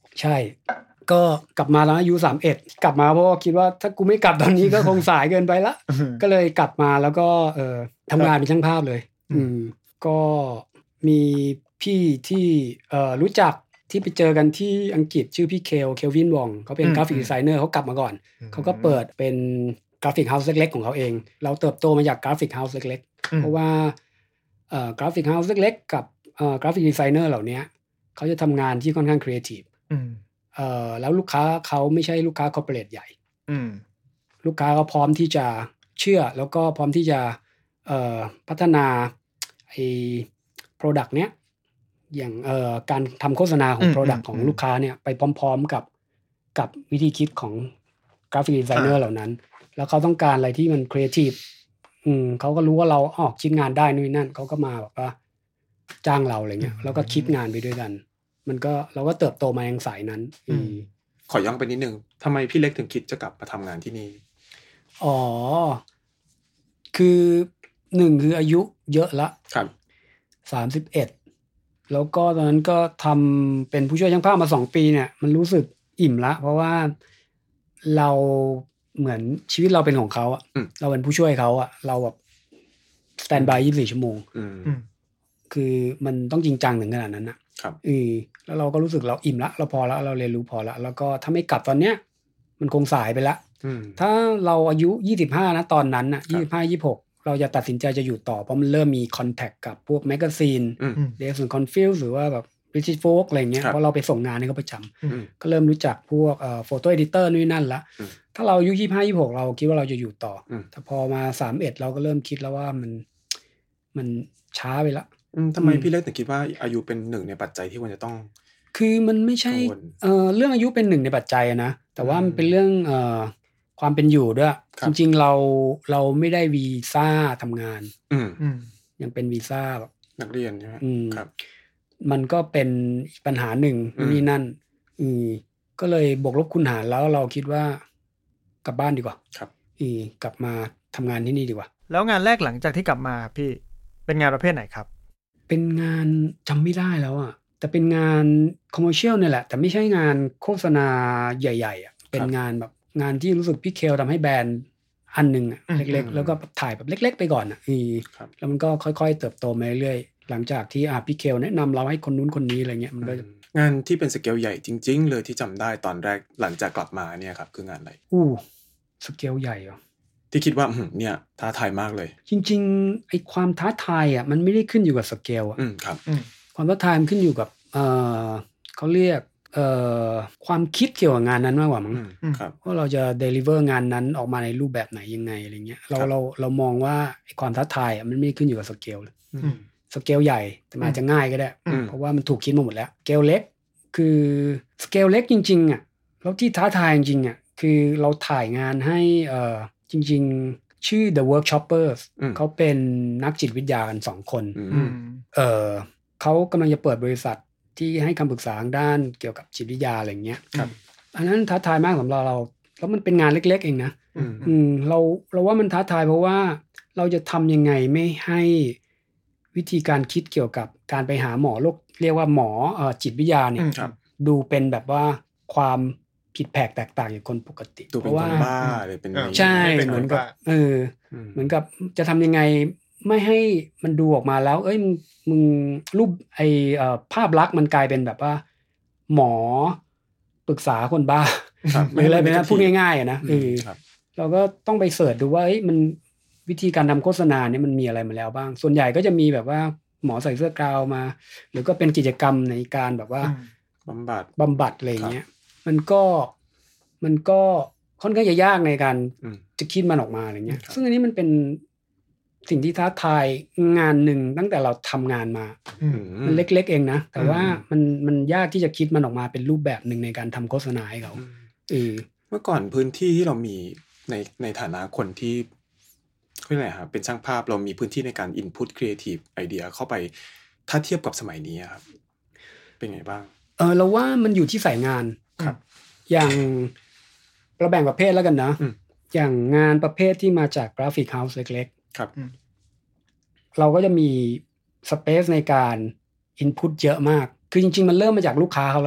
ใช่ก็กลับมาแล้วอายุสามสิบเอ็ดกลับมาเพราะคิดว่าถ้ากูไม่กลับตอนนี้ก็คงสายเกินไปละ ก็เลยกลับมาแล้วก็เอ่อทำงานเป็นช่างภาพเลยอืมก็มีพี่ที่เอ่อรู้จักที่ไปเจอกันที่อังกฤษชื่อพี่เคลเคลวินวองเขาเป็นกราฟิกดีไซเนอร์เขากลับมาก่อนเขาก็เปิดเป็นกราฟิกเฮาส์เล็กๆของเขาเองเราเติบโตมาจากกราฟิกเฮาส์เล็กๆเพราะว่าเอ่อกราฟิกเฮาส์เล็กๆกับเอ่อกราฟิกดีไซเนอร์เหล่านี้เขาจะทำงานที่ค่อนข้างครีเอทีฟเอ่อแล้วลูกค้าเขาไม่ใช่ลูกค้าคอร์ปอเรทใหญ่ลูกค้าเขาพร้อมที่จะเชื่อแล้วก็พร้อมที่จะเอ่อพัฒนาไอ้ product เนี้ยอย่างเอ่อการทำโฆษณาของ product ของลูกค้าเนี่ยไปพร้อมๆกับกับวิธีคิดของกราฟิกดีไซเนอร์เหล่านั้นแล้วเขาต้องการอะไรที่มันครีเอทีฟอืมเขาก็รู้ว่าเราออกคิดงานได้นู่นนั่นเขาก็มาแบบว่าจ้างเราอะไรเงี้ยแล้วก็คิดงานไปด้วยกันมันก็เราก็เติบโตมาอย่างสายนั้นอืมขอย้อนไปนิดนึงทำไมพี่เล็กถึงคิดจะกลับมาทำงานที่นี่อ๋อคือหนึ่งคืออายุเยอะละครับสามสิบเอ็ดแล้วก็ตอนนั้นก็ทำเป็นผู้ช่วยช่างภาพมาสองปีเนี่ยมันรู้สึกอิ่มละเพราะว่าเราเหมือนชีวิตเราเป็นของเขาอะเราเป็นผู้ช่วยเขาอะเราแบบสแตนด์บายยี่สิบสี่ชั่วโมงคือมันต้องจริงจังถึงขนาดนั้นนะครับอือแล้วเราก็รู้สึกเราอิ่มละเราพอละเราเรียนรู้พอละแล้วก็ถ้าไม่กลับตอนเนี้ยมันคงสายไปละถ้าเราอายุยี่สิบห้านะตอนนั้นน่ะยี่สิบห้า ยี่สิบหกเราจะตัดสินใจจะอยู่ต่อเพราะมันเริ่มมีคอนแทคกับพวกแมกกาซีนเดฟน์คอนฟิลหรือว่าแบบ British Folk อะไรเงี้ยเพราะเราไปส่งงานให้เขาประจำก็เริ่มรู้จักพวกเอ่อโฟโต้เอดิเตอร์นู่นนั่นละถ้าเราอายุยี่สิบห้า ยี่สิบหกเราคิดว่าเราจะอยู่ต่อแต่พอมาสามสิบเอ็ดเราก็เริ่มคิดแล้วว่ามันมันช้าไปละทำไมพี่เล็กถึงคิดว่าอายุเป็นหนึ่งในปัจจัยที่ควรจะต้องคือมันไม่ใช่เอ่อเรื่องอายุเป็นหนึ่งในปัจจัยนะแต่ว่ามันเป็นเรื่องเอ่อความเป็นอยู่ด้วยจริงๆเราเราไม่ได้วีซ่าทำงานยังเป็นวีซ่าแบบนักเรียนใช่ไหมครับมันก็เป็นปัญหาหนึ่งนี่นั่นอือก็เลยบวกลบคูณหารแล้วเราคิดว่ากลับบ้านดีกว่าครับอือกลับมาทำงานที่นี่ดีกว่าแล้วงานแรกหลังจากที่กลับมาพี่เป็นงานประเภทไหนครับเป็นงานจำไม่ได้แล้วอ่ะแต่เป็นงานคอมเมอร์เชียลเนี่ยแหละแต่ไม่ใช่งานโฆษณาใหญ่ๆอ่ะเป็นงานแบบงานที่รู้สึกพี่เคลทำให้แบรนด์อันหนึ่งอ่ะเล็กๆแล้วก็ถ่ายแบบเล็กๆไปก่อนอ่ะอือแล้วมันก็ค่อยๆเติบโตมาเรื่อยๆหลังจากที่อ่ะพี่เคลแนะนำเราให้คนนู้นคนนี้อะไรเงี้ยมันก็งานที่เป็นสเกลใหญ่จริงๆเลยที่จำได้ตอนแรกหลังจากกลับมาเนี่ยครับคืองานอะไรอู้สเกลใหญ่เหรอที่คิดว่าเนี่ยท้าทายมากเลยจริงๆไอ้ความท้าทายอ่ะมันไม่ได้ขึ้นอยู่กับสเกลอ่ะครับความท้าทายมันขึ้นอยู่กับเอ่อเขาเรียกเอ่อความคิดเกี่ยวกับงานนั้นมากกว่ามั้งว่าเราจะเดลิเวอร์งานนั้นออกมาในรูปแบบไหนยังไงอะไรเงี้ยเราเราเรามองว่าไอ้ความท้าทายอ่ะมันไม่ขึ้นอยู่กับสเกลเลยสเกลใหญ่แต่มันอาจจะง่ายก็ได้เพราะว่ามันถูกคิดมาหมดแล้วสเกลเล็กคือสเกลเล็กจริงๆอ่ะแล้วที่ท้าทายจริงๆอ่ะคือเราถ่ายงานให้เอ่อจริงๆชื่อ The Workshoppers เขาเป็นนักจิตวิทยากันสองคนเออเขากำลังจะเปิดบริษัทที่ให้คำปรึกษาทางด้านเกี่ยวกับจิตวิทยาอะไรเงี้ยอันนั้นท้าทายมากสำหรับเราแล้วมันเป็นงานเล็กๆเองนะอืมเราเราว่ามันท้าทายเพราะว่าเราจะทำยังไงไม่ให้วิธีการคิดเกี่ยวกับการไปหาหมอโรคเรียกว่าหมอเอ่อจิตวิทยาเนี่ยดูเป็นแบบว่าความผิดแผกแตกต่างจากคนปกติเพราะว่าบ้าเลยเป็นใช่เหมือนกับเออเหมือนกับจะทำยังไงไม่ให้มันดูออกมาแล้วเอ้ยมึงมึงรูปไอเอ่อภาพลักษณ์มันกลายเป็นแบบว่าหมอปรึกษาคนบ้าหรืออะไรเป็นนะพูดง่ายๆอ่ะนะเออเราก็ต้องไปเสิร์ชดูว่าเอ้ยมันวิธีการทำโฆษณาเนี่ยมันมีอะไรมาแล้วบ้างส่วนใหญ่ก็จะมีแบบว่าหมอใส่เสื้อกาวมาหรือก็เป็นกิจกรรมในการแบบว่าบำบัดบำบัดอะไรอย่างเงี้ยมันก็มันก็ค่อนข้างจะยากในการจะคิดมันออกมาอะไรเงี้ยซึ่งอันนี้มันเป็นสิ่งที่ท้าทายงานหนึ่งตั้งแต่เราทำงานมามันเล็กๆเองนะแต่ว่ามันมันยากที่จะคิดมันออกมาเป็นรูปแบบหนึ่งในการทำโฆษณาให้เขาเออเมื่อก่อนพื้นที่ที่เรามีในในฐานะคนที่คืออะไรครับเป็นช่างภาพเรามีพื้นที่ในการ input creative idea เข้าไปถ้าเทียบกับสมัยนี้ครับเป็นไงบ้างเออเราว่ามันอยู่ที่สายงานครับอย่างเราแบ่งประเภทแล้วกันนะอย่างงานประเภทที่มาจากกราฟิกเฮาส์เล็กๆครับเราก็จะมีสเปซในการ input เยอะมากคือจริงๆมันเริ่มมาจากลูกค้าเขาแล้วล่ะ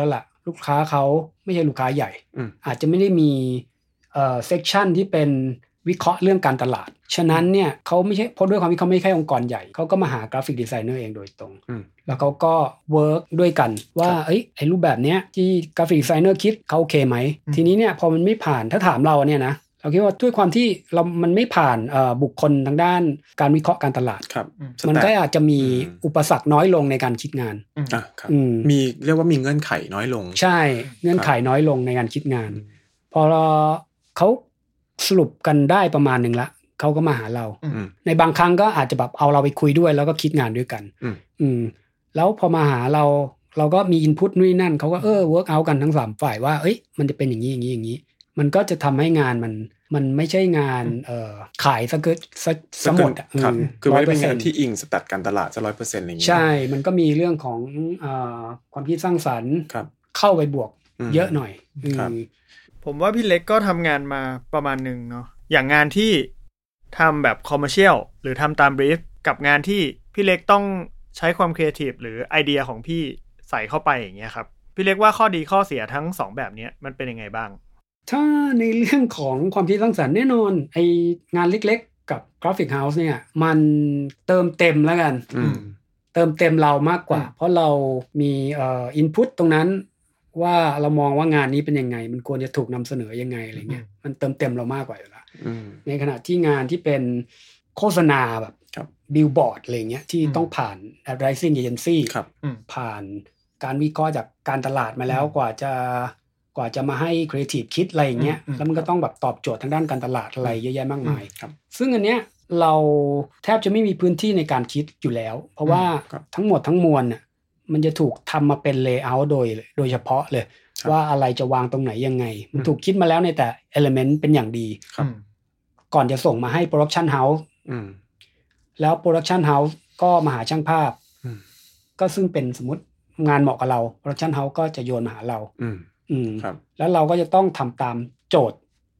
ลูกค้าเขาไม่ใช่ลูกค้าใหญ่อาจจะไม่ได้มีเอ่อเซกชันที่เป็นวิเคราะห์เรื่องการตลาดฉะนั้นเนี่ยเขาไม่ใช่เพราะด้วยความที่เขาไม่ใช่องค์กรใหญ่เขาก็มาหากราฟิกดีไซเนอร์เองโดยตรงแล้วเขาก็เวิร์กด้วยกันว่าเอ้ยไอ้รูปแบบเนี้ยที่กราฟิกดีไซเนอร์คิดเขาโอเคไหมทีนี้เนี่ยพอมันไม่ผ่านถ้าถามเราเนี่ยนะเราคิดว่าด้วยความที่เรามันไม่ผ่านบุคคลทางด้านการวิเคราะห์การตลาดมันก็อาจจะมีอุปสรรคน้อยลงในการคิดงานอ่ะครับมีเรียกว่ามีเงื่อนไขน้อยลงใช่เงื่อนไขน้อยลงในการคิดงานพอเขาสรุปกันได้ประมาณนึงละเขาก็มาหาเราในบางครั้งก็อาจจะแบบเอาเราไปคุยด้วยแล้วก็คิดงานด้วยกันอืมแล้วพอมาหาเราเราก็มีอินพุตนู่นนั่นเขาก็เออเวิร์กเอากันทั้งสามฝ่ายว่าเอ้ยมันจะเป็นอย่างนี้อย่างนี้อย่างนี้มันก็จะทำให้งานมันมันไม่ใช่งานเอ่อขายซะเกิดซะหมดอ่ะคือไม่ได้เป็นงานที่อิงสแตทการตลาดซะ ร้อยเปอร์เซ็นต์ อะไรอย่างเงี้ยใช่มันก็มีเรื่องของเอ่อความคิดสร้างสรรค์เข้าไปบวกเยอะหน่อยผมว่าพี่เล็กก็ทำงานมาประมาณนึงเนาะอย่างงานที่ทำแบบคอมเมอร์เชียลหรือทำตามบรีฟกับงานที่พี่เล็กต้องใช้ความครีเอทีฟหรือไอเดียของพี่ใส่เข้าไปอย่างเงี้ยครับพี่เล็กว่าข้อดีข้อเสียทั้งสองแบบนี้มันเป็นยังไงบ้างถ้าในเรื่องของความคิดสร้างสรรค์แน่นอนไองานเล็กๆกับกราฟิกเฮาส์เนี่ยมันเติมเต็มแล้วกันเติมเต็มเรามากกว่าเพราะเรามีเอ่ออินพุตตรงนั้นว่าเรามองว่างานนี้เป็นยังไงมันควรจะถูกนำเสนอยังไงอะไรเงี้ยมันเติมเต็มเรามากกว่าอยู่แล้วในขณะที่งานที่เป็นโฆษณาแบบบิลบอร์ดอะไรเงี้ยที่ต้องผ่าน advertising agency ผ่านการวิเคราะห์จากการตลาดมาแล้วกว่าจะกว่าจะมาให้ครีเอทีฟคิดอะไรอย่างเงี้ยแล้วมันก็ต้องแบบตอบโจทย์ทางด้านการตลาดอะไรเยอะแยะมากมายซึ่งอันเนี้ยเราแทบจะไม่มีพื้นที่ในการคิดอยู่แล้วเพราะว่าทั้งหมดทั้งมวลน่ะมันจะถูกทำมาเป็นเลเยอร์โดยโดยเฉพาะเลยว่าอะไรจะวางตรงไหนยังไงมันถูกคิดมาแล้วในแต่ element เป็นอย่างดีก่อนจะส่งมาให้ production house แล้ว production house ก็มาหาช่างภาพก็ซึ่งเป็นสมมติงานเหมาะกับเรา production house ก็จะโยนมาหาเราอืมแล้วเราก็จะต้องทำตามโจทย์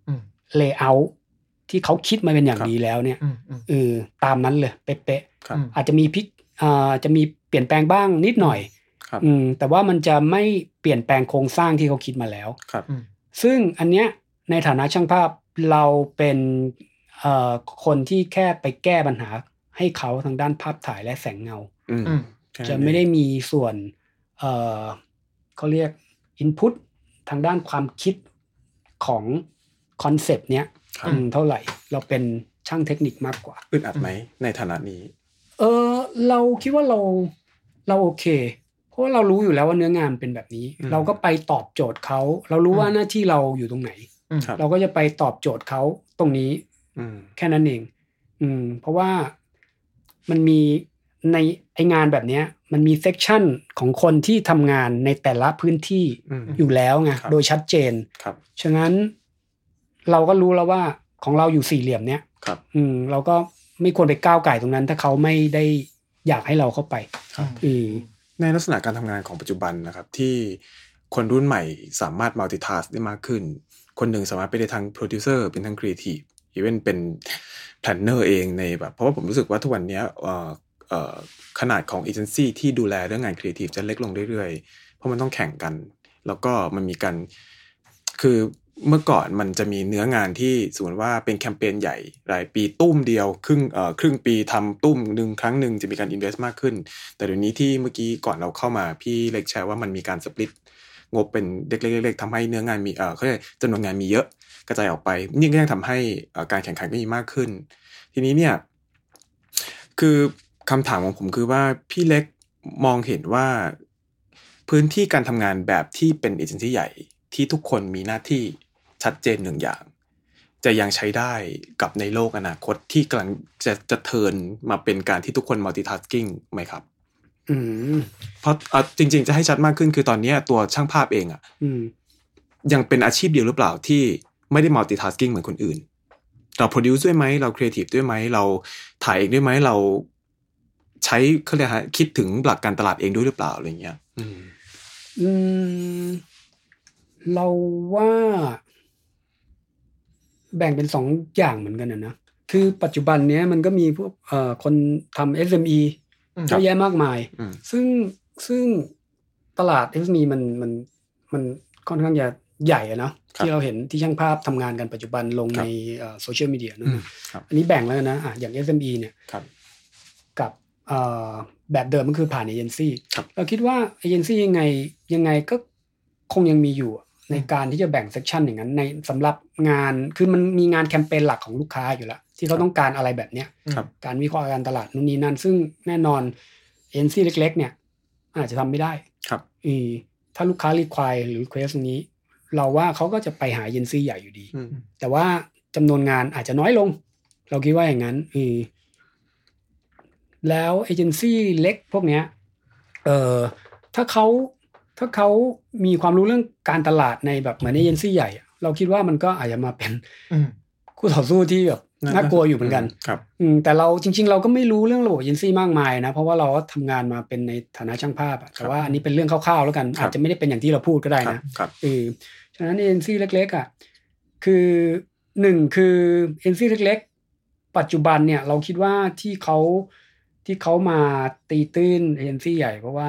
layout ที่เขาคิดมาเป็นอย่างดีแล้วเนี่ยเออตามนั้นเลยเป๊ะๆอาจจะมีพลิกอ่าจะมีเปลี่ยนแปลงบ้างนิดหน่อยอืมแต่ว่ามันจะไม่เปลี่ยนแปลงโครงสร้างที่เขาคิดมาแล้วซึ่งอันเนี้ยในฐานะช่างภาพเราเป็นเอ่อคนที่แค่ไปแก้ปัญหาให้เขาทางด้านภาพถ่ายและแสงเงาจะไม่ได้มีส่วนเอ่อเขาเรียก input ทางด้านความคิดของคอนเซปต์เนี้ยเท่าไหร่เราเป็นช่างเทคนิคมากกว่าอึดอัดไหมในฐานะนี้เออเราคิดว่าเราเราโอเคเพราะว่าเรารู้อยู่แล้วว่าเนื้องานเป็นแบบนี้เราก็ไปตอบโจทย์เขาเรารู้ว่าหน้าที่เราอยู่ตรงไหนเราก็จะไปตอบโจทย์เขาตรงนี้แค่นั้นเองอืมเพราะว่ามันมีในไองานแบบนี้มันมีเซกชันของคนที่ทำงานในแต่ละพื้นที่อยู่แล้วไงโดยชัดเจนฉะนั้นเราก็รู้แล้วว่าของเราอยู่สี่เหลี่ยมเนี้ยอืมเราก็ไม่ควรไปก้าวไก่ตรงนั้นถ้าเขาไม่ได้อยากให้เราเข้าไปในลักษณะการทำงานของปัจจุบันนะครับที่คนรุ่นใหม่สามารถ multitask ได้มากขึ้นคนหนึ่งสามารถเป็นทั้ง producer เป็นทั้ง creative อีเวนเป็น planner เองในแบบเพราะว่าผมรู้สึกว่าทุกวันนี้เอ่อเอ่อขนาดของเอเจนซี่ที่ดูแลเรื่องงาน creative จะเล็กลงเรื่อยๆเพราะมันต้องแข่งกันแล้วก็มันมีการคือเมื่อก่อนมันจะมีเนื้องานที่สมมติว่าเป็นแคมเปญใหญ่รายปีตุ้มเดียวครึ่งเอ่อครึ่งปีทำตุ้มนึงครั้งนึงจะมีการ invest มากขึ้นแต่เดี๋ยวนี้ที่เมื่อกี้ก่อนเราเข้ามาพี่เล็กแชร์ว่ามันมีการสปลิตงบเป็นเล็กๆๆทำให้เนื้องานมีเอ่อเขาเรียกจำนวนงานมีเยอะกระจายออกไปนี่ก็ยังทำให้การแข่งขันก็มีมากขึ้นทีนี้เนี่ยคือคำถามของผมคือว่าพี่เล็กมองเห็นว่าพื้นที่การทำงานแบบที่เป็นเอเจนซี่ใหญ่ที่ทุกคนมีหน้าที่ชัดเจนหนึ่งอย่างจะยังใช้ได้กับในโลกอนาคตที่กำลังจะจะเทิร์นมาเป็นการที่ทุกคน multitasking ไหมครับอืมเพราะเอาจริงๆจะให้ชัดมากขึ้นคือตอนนี้ตัวช่างภาพเองอ่ะยังเป็นอาชีพเดียวหรือเปล่าที่ไม่ได้ multitasking เหมือนคนอื่นเรา produce ด้วยไหมเรา creative ด้วยไหมเราถ่ายเองด้วยไหมเราใช้เขาเรียกฮะคิดถึงหลักการตลาดเองด้วยหรือเปล่าอะไรเงี้ยอืมอืมเราว่าแบ่งเป็นสองอย่างเหมือนกันนะนะคือปัจจุบันเนี้ยมันก็มีพวกเอ่อคนทำ เอส เอ็ม อี เยอะแยะมากมายซึ่งซึ่งตลาด เอส เอ็ม อี มันมันมันค่อนข้างจะใหญ่อะเนาะที่เราเห็นที่ช่างภาพทำงานกันปัจจุบันลงในโซเชียลมีเดียนั่นอันนี้แบ่งแล้วนะอ่ะอย่าง เอส เอ็ม อี เนี่ยกับแบบเดิมมันคือผ่านเอเจนซี่เราคิดว่าเอเจนซี่ยังไงยังไงก็คงยังมีอยู่ในการที่จะแบ่งเซกชันอย่างนั้นในสำหรับงานคือมันมีงานแคมเปญหลักของลูกค้าอยู่แล้วที่เขาต้องการอะไรแบบเนี้ยการวิเคราะห์การตลาดนู่นนี่นั่นซึ่งแน่นอนเอเจนซี่เล็กๆเนี่ยอาจจะทำไม่ได้ครับอีถ้าลูกค้า require หรือ request นี้เราว่าเขาก็จะไปหาเอเจนซี่ใหญ่อยู่ดีแต่ว่าจำนวนงานอาจจะน้อยลงเราคิดว่าอย่างนั้นอีแล้วเอเจนซี่เล็กพวกเนี้ยเอ่อถ้าเขาถ้าเขามีความรู้เรื่องการตลาดในแบบเหมือนเอเจนซี่ใหญ่เราคิดว่ามันก็อาจจะมาเป็นคู่ต่อสู้ที่แบบน่ากลัวอยู่เหมือนกันครับแต่เราจริงๆเราก็ไม่รู้เรื่องระบบเอเจนซี่มากมายนะเพราะว่าเราก็ทำงานมาเป็นในฐานะช่างภาพแต่ว่าอันนี้เป็นเรื่องคร่าวๆแล้วกันอาจจะไม่ได้เป็นอย่างที่เราพูดก็ได้นะเออฉะนั้นเอเจนซี่เล็กๆอ่ะคือหนึ่งคือเอเจนซี่เล็กๆปัจจุบันเนี่ยเราคิดว่าที่เขาที่เขามาตีตื้นเอเจนซี่ใหญ่เพราะว่า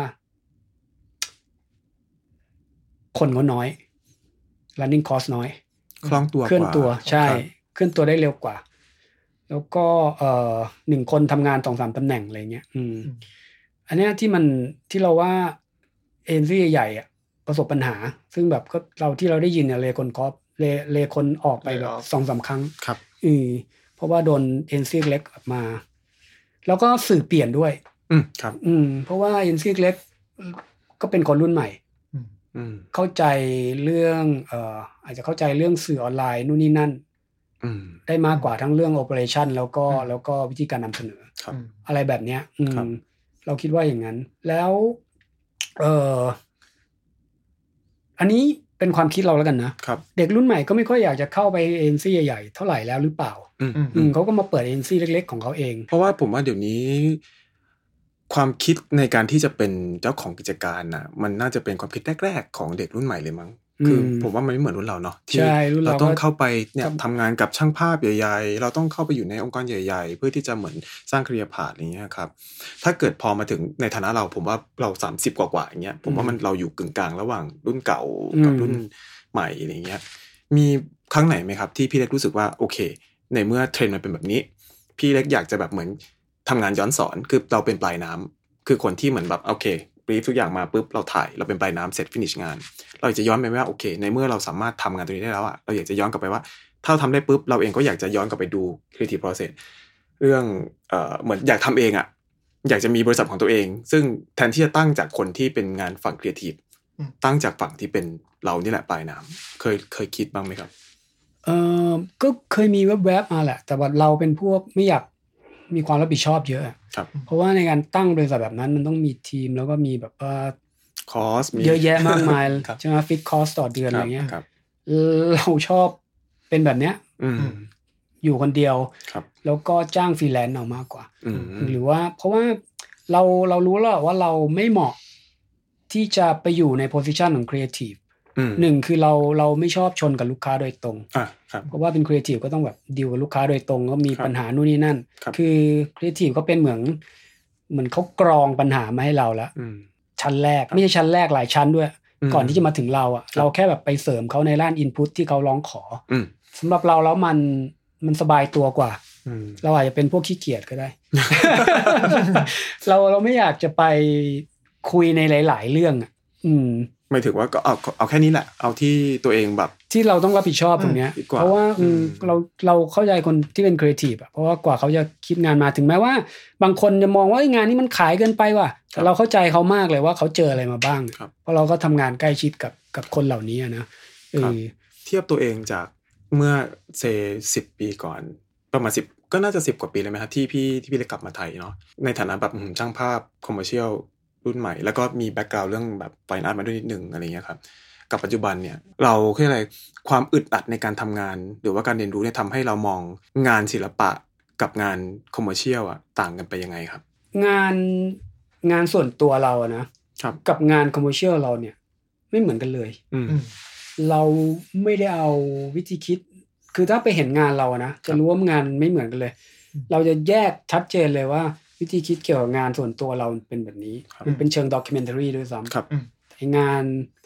คนก็น้อย running cost น้อยคล่องตัวเคลื่อนตัวใช่เคลื่อนตัวได้เร็วกว่าแล้วก็เอ่อหนึ่งคนทำงาน สองสาม ตำแหน่งอะไรเงี้ยอืมอันนี้ที่มันที่เราว่าเอเจนซี่ใหญ่ๆอ่ะประสบปัญหาซึ่งแบบก็เราที่เราได้ยินเนี่ยเลคนคอปเลเลคนออกไปแบบ สองสาม ครั้งครับอือเพราะว่าโดนเอเจนซี่เล็กออกมาแล้วก็สื่อเปลี่ยนด้วยอืมครับอืมเพราะว่าเอเจนซี่เล็กก็เป็นคนรุ่นใหม่เข้าใจเรื่องเอ่ออาจจะเข้าใจเรื่องสื่อออนไลน์นู่นนี่นั่นได้มากกว่าทั้งเรื่อง operation แล้วก็แล้วก็วิธีการนำเสนออะไรแบบเนี้ยเราคิดว่าอย่างนั้นแล้วเอ่ออันนี้เป็นความคิดเราแล้วกันนะเด็กรุ่นใหม่ก็ไม่ค่อยอยากจะเข้าไปเอเจนซี่ใหญ่ๆเท่าไหร่แล้วหรือเปล่าเขาก็มาเปิดเอเจนซี่เล็กๆของเขาเองเพราะว่าผมว่าเดี๋ยวนี้ความคิดในการที่จะเป็นเจ้าของกิจการน่ะมันน่าจะเป็นความคิดแรกๆของเด็กรุ่นใหม่เลยมั้งคือผมว่ามันไม่เหมือนรุ่นเราเนาะที่เราต้องเข้าไปเนี่ยทำงานกับช่างภาพใหญ่ๆเราต้องเข้าไปอยู่ในองค์กรใหญ่ๆเพื่อที่จะเหมือนสร้าง career path อะไรเงี้ยครับถ้าเกิดพอมาถึงในฐานะเราผมว่าเราสามสิบกว่าๆอย่างเงี้ยผมว่ามันเราอยู่กึ่งกลางระหว่างรุ่นเก่ากับรุ่นใหม่อะไรเงี้ยมีครั้งไหนไหมครับที่พี่เล็กรู้สึกว่าโอเคในเมื่อเทรนด์มันเป็นแบบนี้พี่เล็กอยากจะแบบเหมือนทำงานย้อนสอนคือเราเป็นปลายน้ำคือคนที่เหมือนแบบโอเคบรีฟทุกอย่างมาปุ๊บเราถ่ายเราเป็นปลายน้ำเสร็จฟินิชงานเราอยากจะย้อนไปว่าโอเคในเมื่อเราสามารถทำงานตรงนี้ได้แล้วอะเราอยากจะย้อนกลับไปว่าถ้าเราทำได้ปุ๊บเราเองก็อยากจะย้อนกลับไปดู creative process เรื่องเอ่อเหมือนอยากทำเองอะอยากจะมีบริษัทของตัวเองซึ่งแทนที่จะตั้งจากคนที่เป็นงานฝั่ง creative ตั้งจากฝั่งที่เป็นเรานี่แหละปลายน้ำเคยเคยคิดบ้างไหมครับเออก็เคยมีแวบๆมาแหละแต่ว่าเราเป็นพวกไม่อยากมีความรับผิดชอบเยอะเพราะว่าในการตั้งบริษัทแบบนั้นมันต้องมีทีมแล้วก็มีแบบว่าคอสเยอะแยะมากมายใช่ไหมฟิกคอสต่อเดือนอะไรเงี้ยเราชอบเป็นแบบเนี้ยอยู่คนเดียวแล้วก็จ้างฟรีแลนซ์เอามากกว่าหรือว่าเพราะว่าเราเรารู้แล้วว่าเราไม่เหมาะที่จะไปอยู่ในโพสิชันของครีเอทีฟหนึ่งคือเราเราไม่ชอบชนกับลูกค้าโดยตรงเพราะว่าเป็นครีเอทีฟก็ต้องแบบดีลกับลูกค้าโดยตรงก็มีปัญหานู่นนี่นั่นคือครีเอทีฟก็เป็นเหมือนเหมือนเขากรองปัญหามาให้เราแล้วชั้นแรกไม่ใช่ชั้นแรกหลายชั้นด้วยก่อนที่จะมาถึงเราอ่ะเราแค่แบบไปเสริมเขาในด้านอินพุตที่เขาร้องขอสำหรับเราแล้วมันมันสบายตัวกว่าเราอาจจะเป็นพวกขี้เกียจก็ได้ เราเราไม่อยากจะไปคุยในหลายๆเรื่องอ่ะอืมไม่ถึงว่าก็เอาเอาแค่นี้แหละเอาที่ตัวเองแบบที่เราต้องรับผิดชอบตรงเนี้ยเพราะว่าเราเราเข้าใจคนที่เป็นครีเอทีฟอ่ะเพราะว่ากว่าเขาจะคิดงานมาถึงแม้ว่าบางคนจะมองว่างานนี้มันขายเกินไปว่ะแต่เราเข้าใจเขามากเลยว่าเขาเจออะไรมาบ้างเพราะเราก็ทำงานใกล้ชิดกับกับคนเหล่านี้นะเออเทียบตัวเองจากเมื่อเซสิบปีก่อนประมาณสิบก็น่าจะสิบกว่าปีเลยไหมครับที่พี่ที่พี่เลยกลับมาไทยเนาะในฐานะแบบช่างภาพคอมเมอร์เชียลรุ่นใหม่แล้วก็มีแบ็คกราวด์เรื่องแบบไฟน์อาร์ตมาด้วยนิดนึงอะไรเงี้ยครับกับปัจจุบันเนี่ยเราคืออะไรความอึดอัดในการทำงานหรือว่าการเรียนรู้เนี่ยทำให้เรามองงานศิลปะกับงานคอมเมอร์เชียลอ่ะต่างกันไปยังไงครับงานงานส่วนตัวเราอะนะกับงานคอมเมอร์เชียลเราเนี่ยไม่เหมือนกันเลยเราไม่ได้เอาวิธีคิดคือถ้าไปเห็นงานเรานะจะรู้ว่างานไม่เหมือนกันเลยเราจะแยกชัดเจนเลยว่าวิธีคิดเกี่ยวกับงานส่วนตัวเราเป็นแบบนี้มันเป็นเชิงด็อกิเมนทารีด้วยซ้ำไอ้งาน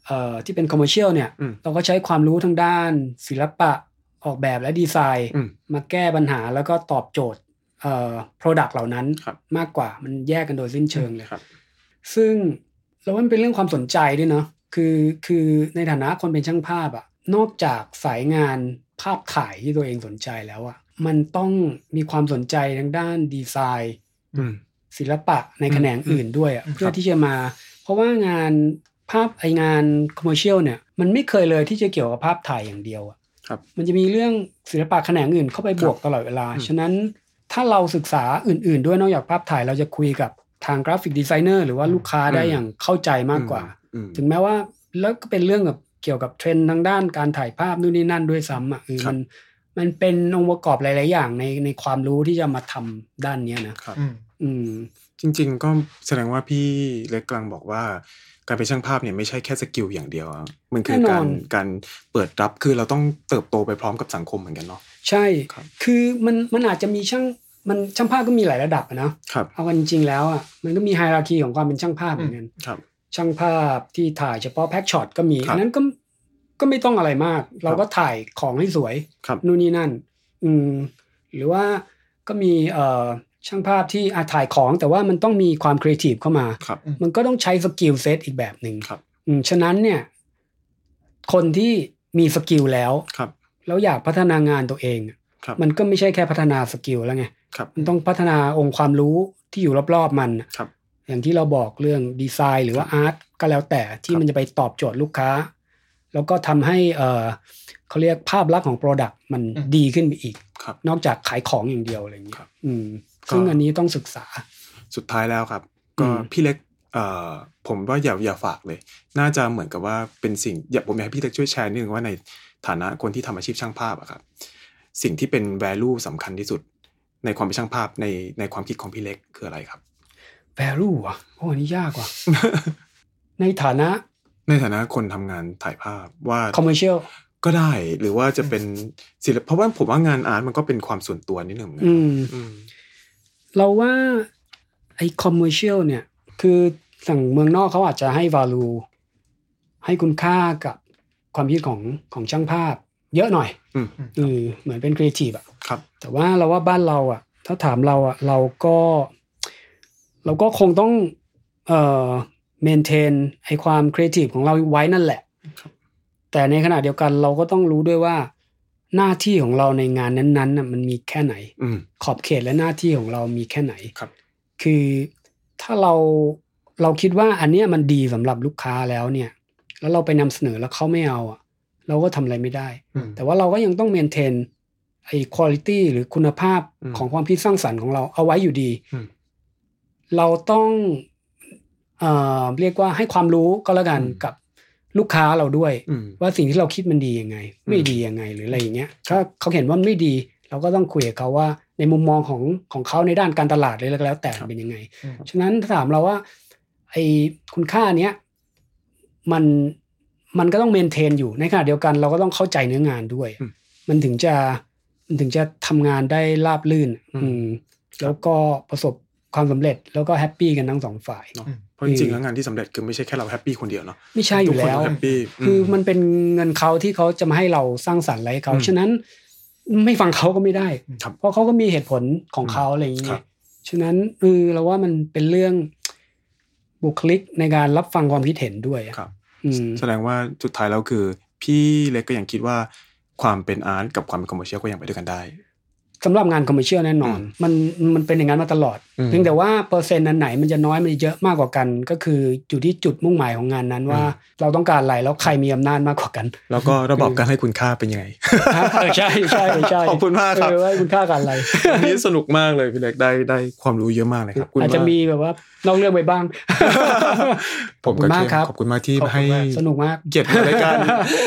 เอ่อที่เป็นคอมเมอร์เชียลเนี่ยเราก็ใช้ความรู้ทางด้านศิลปะออกแบบและดีไซน์มาแก้ปัญหาแล้วก็ตอบโจทย์เอ่อ product เหล่านั้นมากกว่ามันแยกกันโดยสิ้นเชิงเลยซึ่งแล้วมันเป็นเรื่องความสนใจด้วยเนาะคือคือในฐานะคนเป็นช่างภาพอะนอกจากสายงานภาพถ่ายที่ตัวเองสนใจแล้วอะมันต้องมีความสนใจทางด้านดีไซน์ศิลปะในแขนงอื่นด้วยอะเพื่อที่จะมาเพราะว่างานภาพไองานคอมเมอร์เชียลเนี่ยมันไม่เคยเลยที่จะเกี่ยวกับภาพถ่ายอย่างเดียวอะมันจะมีเรื่องศิลปะแขนงอื่นเข้าไปบวกตลอดเวลาฉะนั้นถ้าเราศึกษาอื่นๆด้วยนอกจากภาพถ่ายเราจะคุยกับทางกราฟิกดีไซเนอร์หรือว่าลูกค้าได้อย่างเข้าใจมากกว่าถึงแม้ว่าแล้วก็เป็นเรื่องกับเกี่ยวกับเทรนด์ทางด้านการถ่ายภาพนู่นนี่นั่นด้วยซ้ำอ่ะคือมันมันเป็นองค์ประกอบหลายๆอย่างในในความรู้ที่จะมาทำด้านนี้นะครับอืมจริงๆก็แสดงว่าพี่เล็กกำลังบอกว่าการเป็นช่างภาพเนี่ยไม่ใช่แค่สกิลอย่างเดียวมันคือการการเปิดรับคือเราต้องเติบโตไปพร้อมกับสังคมเหมือนกันเนาะใช่คือมันมันอาจจะมีช่างมันช่างภาพก็มีหลายระดับนะเอากันจริงๆแล้วอ่ะมันก็มีไฮราคีของความเป็นช่างภาพเหมือนกันช่างภาพที่ถ่ายเฉพาะแพ็กช็อตก็มีอันนั้นก็ก็ไม่ต้องอะไรมากเราก็ถ่ายของให้สวยนู่นนี่นั่นอืมหรือว่าก็มีเอ่อช่างภาพที่อาถ่ายของแต่ว่ามันต้องมีความครีเอทีฟเข้ามามันก็ต้องใช้สกิลเซตอีกแบบนึงอืมฉะนั้นเนี่ยคนที่มีสกิลแล้วแล้วอยากพัฒนางานตัวเองมันก็ไม่ใช่แค่พัฒนาสกิลแล้วไงมันต้องพัฒนาองค์ความรู้ที่อยู่รอบๆมันอย่างที่เราบอกเรื่องดีไซน์หรือว่าอาร์ตก็แล้วแต่ที่มันจะไปตอบโจทย์ลูกค้าแล้วก็ทำให้เอ่อเขาเรียกภาพลักษณ์ของ product มันดีขึ้นไปอีกนอกจากขายของอย่างเดียวอะไรอย่างเงี้ยอืมซึ่งอันนี้ต้องศึกษาสุดท้ายแล้วครับก็พี่เล็กเอ่อผมว่าอย่าอย่าฝากเลยน่าจะเหมือนกับว่าเป็นสิ่งอยากผมอยากให้พี่เล็กช่วยแชร์นิดนึงว่าในฐานะคนที่ทำอาชีพช่างภาพอะครับสิ่งที่เป็น value สำคัญที่สุดในความเป็นช่างภาพในในความคิดของพี่เล็กคืออะไรครับ value อ่ะโอ้อันนี้ยากว่ะ ในฐานะในฐานะคนทำงานถ่ายภาพว่า commercial ก็ได้หรือว่าจะเป็นศิลปะเพราะว่าผมว่างานอาร์ตมันก็เป็นความส่วนตัวนิดหนึ่งนะเราว่าไอ้ commercial เนี่ยคือฝั่งเมืองนอกเขาอาจจะให้ value ให้คุณค่ากับความคิดของของช่างภาพเยอะหน่อยอืมอืมเหมือนเป็น creative อ่ะครับแต่ว่าเราว่าบ้านเราอ่ะถ้าถามเราอ่ะเราก็เราก็คงต้องเอ่อ maintain ไอ้ความ creative ของเราไว้นั่นแหละแต่ในขณะเดียวกันเราก็ต้องรู้ด้วยว่าหน้าที่ของเราในงานนั้นๆน่ะมันมีแค่ไหนขอบเขตและหน้าที่ของเรามีแค่ไหนครับคือถ้าเราเราคิดว่าอันเนี้ยมันดีสำหรับลูกค้าแล้วเนี่ยแล้วเราไปนำเสนอแล้วเขาไม่เอาอ่ะเราก็ทำอะไรไม่ได้แต่ว่าเราก็ยังต้องเมนเทนไอ้คุณภาพหรือคุณภาพของความคิดสร้างสรรค์ของเราเอาไว้อยู่ดีเราต้องเอ่อเรียกว่าให้ความรู้ก็แล้วกันกับลูกค้าเราด้วยว่าสิ่งที่เราคิดมันดียังไงไม่ดียังไงหรืออะไรอย่างเงี้ยถ้าเขาเห็นว่ามันไม่ดีเราก็ต้องคุยกับเขาว่าในมุมมองของของเขาในด้านการตลาดเลยแล้วแต่เป็นยังไงฉะนั้นถ้าถามเราว่าไอ้คุณค่าเนี้ยมันมันก็ต้องเมนเทนอยู่ในขณะเดียวกันเราก็ต้องเข้าใจเนื้องานด้วยมันถึงจะมันถึงจะทำงานได้ราบรื่นอืมแล้วก็ประสบความสำเร็จแล้วก็แฮปปี้กันทั้งสองฝ่ายเพราะจริงๆแล้วงานที่สำเร็จคือไม่ใช่แค่เราแฮปปี้คนเดียวเนาะไม่ใช่อยู่แล้วคือมันเป็นเงินเขาที่เขาจะมาให้เราสร้างสรรค์อะไรให้เขาฉะนั้นไม่ฟังเขาก็ไม่ได้เพราะเขาก็มีเหตุผลของเขาอะไรอย่างเงี้ยฉะนั้นเออเราว่ามันเป็นเรื่องบุคลิกในการรับฟังความคิดเห็นด้วยครับแสดงว่าสุดท้ายแล้วคือพี่เล็กก็ยังคิดว่าความเป็นอาร์ตกับความเป็นคอมเมอร์เชียลก็ยังไปด้วยกันได้สำหรับงานคอมเมอร์เชียลแน่นอนมันมันเป็นอย่างนั้นมาตลอดเพียงแต่ว่าเปอร์เซ็นต์อันไหนมันจะน้อยมันเยอะมากกว่ากันก็คืออยู่ที่จุดมุ่งหมายของงานนั้นว่าเราต้องการอะไรแล้วใครมีอำนาจมากกว่ากันแล้วก็ระบบการให้คุณค่าเป็นยังไงใช่ใช่ใช่ขอบคุณมากครับให้คุณค่ากันอะไรวันนี้สนุกมากเลยพี่เล็กได้ได้ความรู้เยอะมากเลยครับอาจจะมีแบบว่านอกเรื่องไปบ้างผมก็ขอบคุณมากที่ให้สนุกมากเกียรติรายการ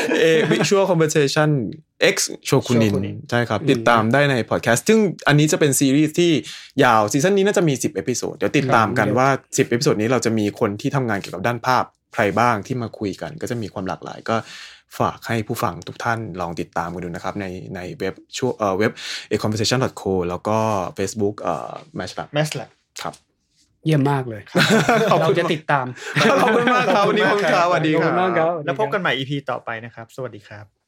Visual Conversation X โชคุนินใช่ครับติดตามได้ในพอดแคสต์ซึ่งอันนี้จะเป็นซีรีส์ที่ยาวซีซั่นนี้น่าจะมีสิบเอพิโซดเดี๋ยวติดตามกันว่าสิบเอพิโซดนี้เราจะมีคนที่ทำงานเกี่ยวกับด้านภาพใครบ้างที่มาคุยกันก็จะมีความหลากหลายก็ฝากให้ผู้ฟังทุกท่านลองติดตามกันดูนะครับในในเว็บช่วงเอ่อเว็บ เอ คอนเวอร์เซชัน ดอท โค แล้วก็ Facebook เอ่อ Matchlab Matchlab ครับเยี่ยมมากเลยเราจะติดตามขอบคุณมากครับวันนี้คุณครับสวัสดีครับแล้วพบกันใหม่ อี พี ต่อไปนะครับสวัสดีครับ